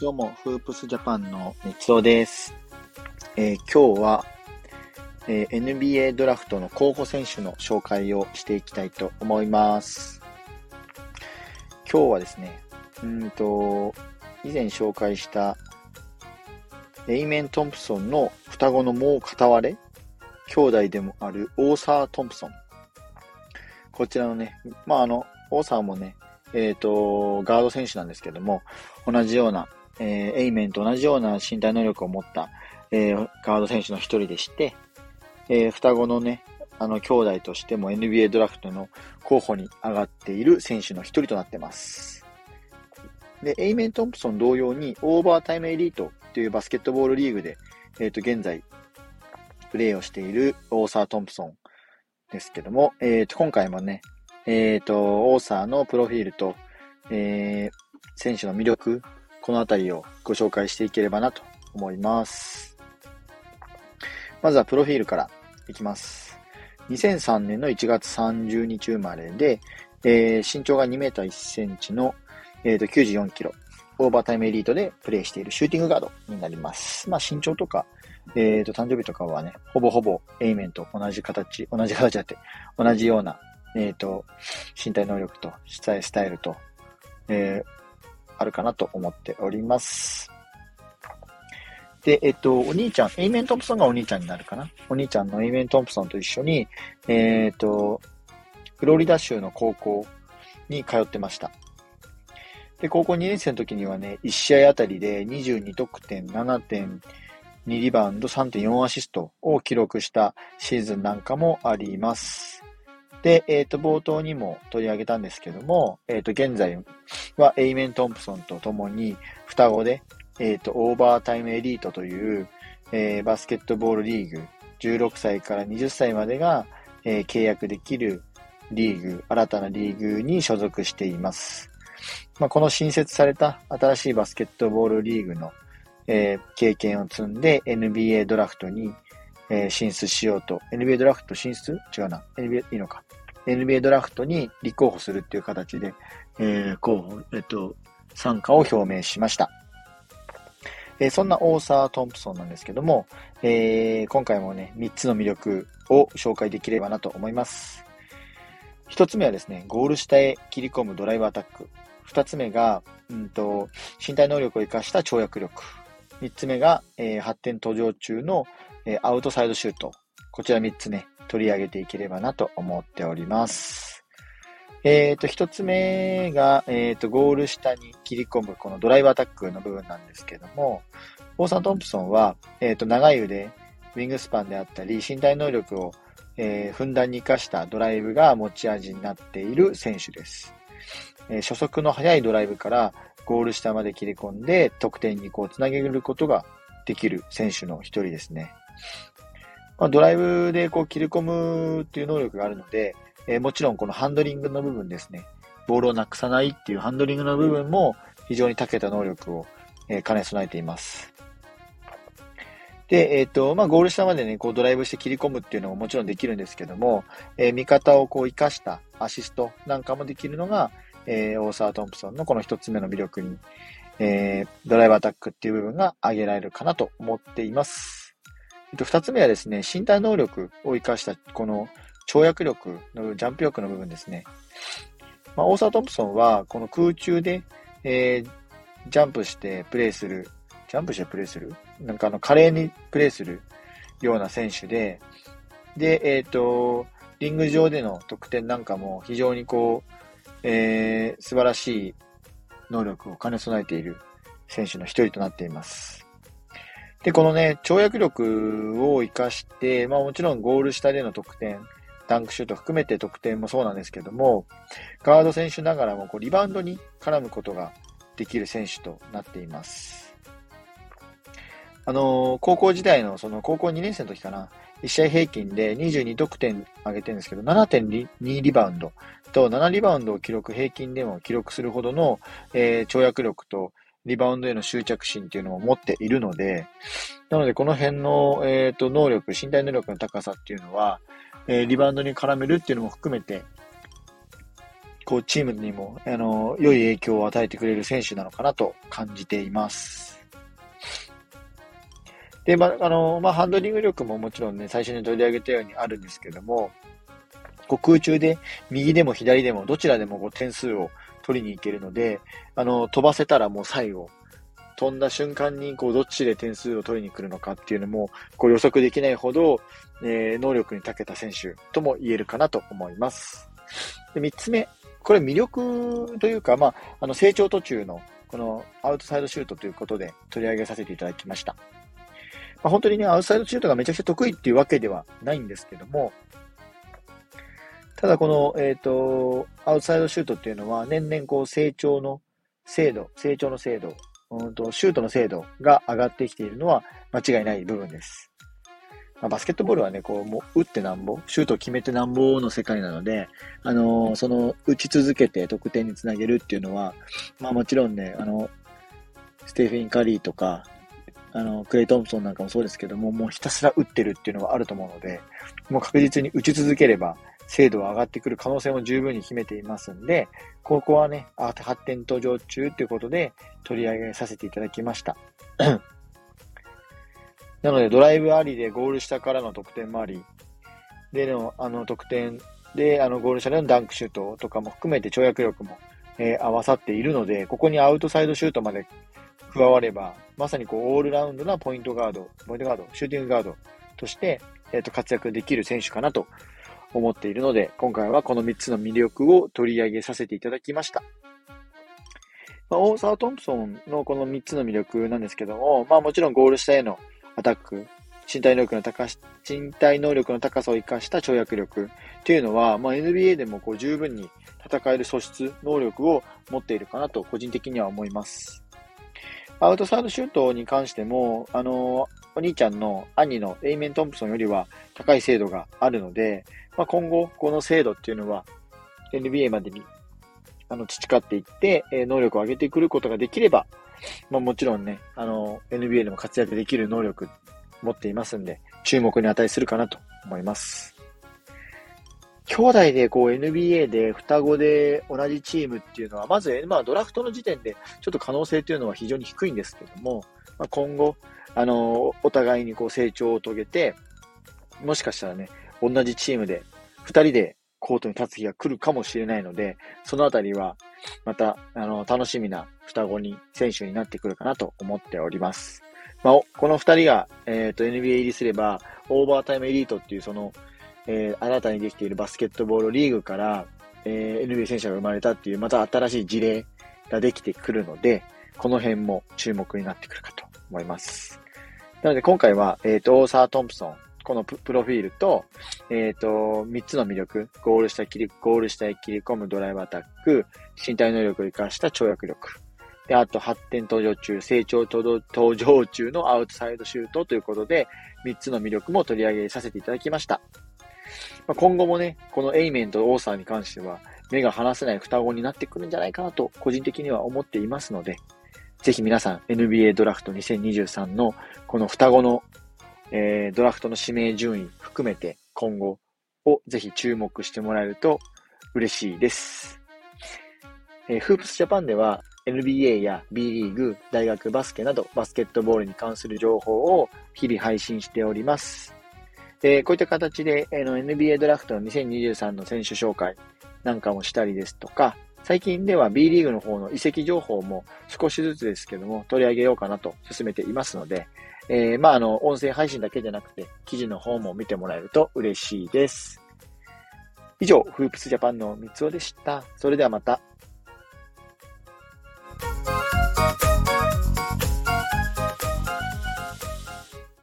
どうも、フープスジャパンの三尾です。今日は、NBA ドラフトの候補選手の紹介をしていきたいと思います。今日はですね、以前紹介したエイメン・トンプソンの双子のもう片割れ、兄弟でもあるオーサー・トンプソン。こちらのね、オーサーもね、ガード選手なんですけども、同じような、エイメンと同じような身体能力を持った、ガード選手の一人でして、双子のね、兄弟としても NBA ドラフトの候補に上がっている選手の一人となっています。で、エイメン・トンプソン同様にオーバータイムエリートというバスケットボールリーグで、現在、プレーをしているオーサー・トンプソンですけども、今回もね、オーサーのプロフィールと、選手の魅力、このあたりをご紹介していければなと思います。まずはプロフィールからいきます。2003年の1月30日生まれで、身長が2メーター1センチの、94キロ、オーバータイムエリートでプレーしているシューティングガードになります。身長とか、誕生日とかはね、ほぼほぼエイメンと同じ形だって、同じような、身体能力とスタイルと、あるかなと思っております。で、お兄ちゃん、エイメン・トンプソンがお兄ちゃんになるかな。お兄ちゃんのエイメン・トンプソンと一緒に、フロリダ州の高校に通ってました。で、高校2年生の時にはね、1試合あたりで22得点、7.2リバウンド、3.4アシストを記録したシーズンなんかもあります。で、冒頭にも取り上げたんですけども、現在はエイメン・トンプソンと共に双子で、オーバータイムエリートという、バスケットボールリーグ、16歳から20歳までが、契約できるリーグ、新たなリーグに所属しています。この新設された新しいバスケットボールリーグの、経験を積んで NBA ドラフトに、進出しようと。NBA ドラフト進出違うな。NBA いいのか。NBA ドラフトに立候補するっていう形で、参加を表明しました。そんなオーサー・トンプソンなんですけども、今回もね、3つの魅力を紹介できればなと思います。1つ目はですね、ゴール下へ切り込むドライブアタック。2つ目が、身体能力を生かした跳躍力。3つ目が、発展途上中の、アウトサイドシュート。こちら3つね、取り上げていければなと思っております。1つ目が、ゴール下に切り込むこのドライブアタックの部分なんですけども、オーサー・トンプソンは、長い腕、ウィングスパンであったり、身体能力を、ふんだんに活かしたドライブが持ち味になっている選手です。初速の速いドライブからゴール下まで切り込んで得点につなげることができる選手の一人ですね。ドライブで切り込むっていう能力があるので、もちろんこのハンドリングの部分ですね。ボールをなくさないっていうハンドリングの部分も非常に長けた能力を、兼ね備えています。で、ゴール下までね、ドライブして切り込むっていうのももちろんできるんですけども、味方を活かしたアシストなんかもできるのが、オーサー・トンプソンのこの一つ目の魅力に、ドライブアタックっていう部分が挙げられるかなと思っています。二つ目はですね、身体能力を活かしたこの跳躍力のジャンプ力の部分ですね。オーサー・トンプソンはこの空中で、ジャンプしてプレーする華麗にプレーするような選手で、リング上での得点なんかも非常に素晴らしい能力を兼ね備えている選手の一人となっています。で、このね、跳躍力を活かして、もちろんゴール下での得点、ダンクシュート含めて得点もそうなんですけども、ガード選手ながらもリバウンドに絡むことができる選手となっています。高校時代の高校2年生の時かな、1試合平均で22得点上げてるんですけど、7.2 リバウンドと7リバウンドを平均でも記録するほどの、跳躍力とリバウンドへの執着心っていうのを持っているので、なのでこの辺の、能力、身体能力の高さっていうのは、リバウンドに絡めるっていうのも含めて、 こうチームにも、良い影響を与えてくれる選手なのかなと感じています。で、ハンドリング力ももちろんね、最初に取り上げたようにあるんですけども、こう空中で右でも左でもどちらでもこう点数を取りに行けるので、飛ばせたらもう最後、飛んだ瞬間にこうどっちで点数を取りに来るのかっていうのもこう予測できないほど、能力に長けた選手とも言えるかなと思います。で、3つ目、これ魅力というか、成長途中のこのアウトサイドシュートということで取り上げさせていただきました。本当にね、アウトサイドシュートがめちゃくちゃ得意っていうわけではないんですけども、ただこの、アウトサイドシュートっていうのは年々こう成長の精度、シュートの精度が上がってきているのは間違いない部分です。バスケットボールはね、こう、もう打ってなんぼ、シュートを決めてなんぼの世界なので、その打ち続けて得点につなげるっていうのは、もちろんね、ステフィン・カリーとか、クレイ・トンプソンなんかもそうですけども、もうひたすら打ってるっていうのがあると思うので、もう確実に打ち続ければ、精度は上がってくる可能性も十分に秘めていますんで、ここはね、発展途上中ということで取り上げさせていただきました。なので、ドライブありでゴール下からの得点もあり、での、得点で、ゴール下でのダンクシュートとかも含めて跳躍力も、合わさっているので、ここにアウトサイドシュートまで加われば、まさにこう、オールラウンドなポイントガード、シューティングガードとして、活躍できる選手かなと思っているので、今回はこの3つの魅力を取り上げさせていただきました。オーサー・トンプソンのこの3つの魅力なんですけども、もちろんゴール下へのアタック、身体能力の高さを生かした跳躍力っていうのは、NBA でもこう十分に戦える素質、能力を持っているかなと個人的には思います。アウトサイドシュートに関しても、お兄ちゃんの兄のエイメン・トンプソンよりは高い精度があるので、今後この精度っていうのは NBA までに培っていって、能力を上げてくることができれば、もちろんね、NBA でも活躍できる能力持っていますんで、注目に値するかなと思います。兄弟でこう NBA で双子で同じチームっていうのは、まず、ドラフトの時点でちょっと可能性というのは非常に低いんですけども、今後、お互いにこう成長を遂げて、もしかしたらね、同じチームで二人でコートに立つ日が来るかもしれないので、そのあたりはまた、楽しみな双子選手になってくるかなと思っております。この二人が、NBA 入りすれば、オーバータイムエリートっていう新たにできているバスケットボールリーグから、NBA 選手が生まれたっていうまた新しい事例ができてくるので、この辺も注目になってくるかと思います。なので今回は、オーサー・トンプソン、このプロフィールと、3つの魅力、ゴール下へ切り込むドライブアタック、身体能力を生かした跳躍力、で、あと発展途上中、成長途上中のアウトサイドシュートということで、3つの魅力も取り上げさせていただきました。今後もね、このエイメンとオーサーに関しては、目が離せない双子になってくるんじゃないかなと、個人的には思っていますので、ぜひ皆さん NBA ドラフト2023のこの双子の、ドラフトの指名順位含めて今後をぜひ注目してもらえると嬉しいです。フープスジャパンでは NBA や B リーグ、大学バスケなどバスケットボールに関する情報を日々配信しております。こういった形でNBA ドラフトの2023の選手紹介なんかもしたりですとか、最近では B リーグの方の移籍情報も少しずつですけども取り上げようかなと進めていますので、音声配信だけじゃなくて記事の方も見てもらえると嬉しいです。以上、フープスジャパンの三つおでした。それではまた。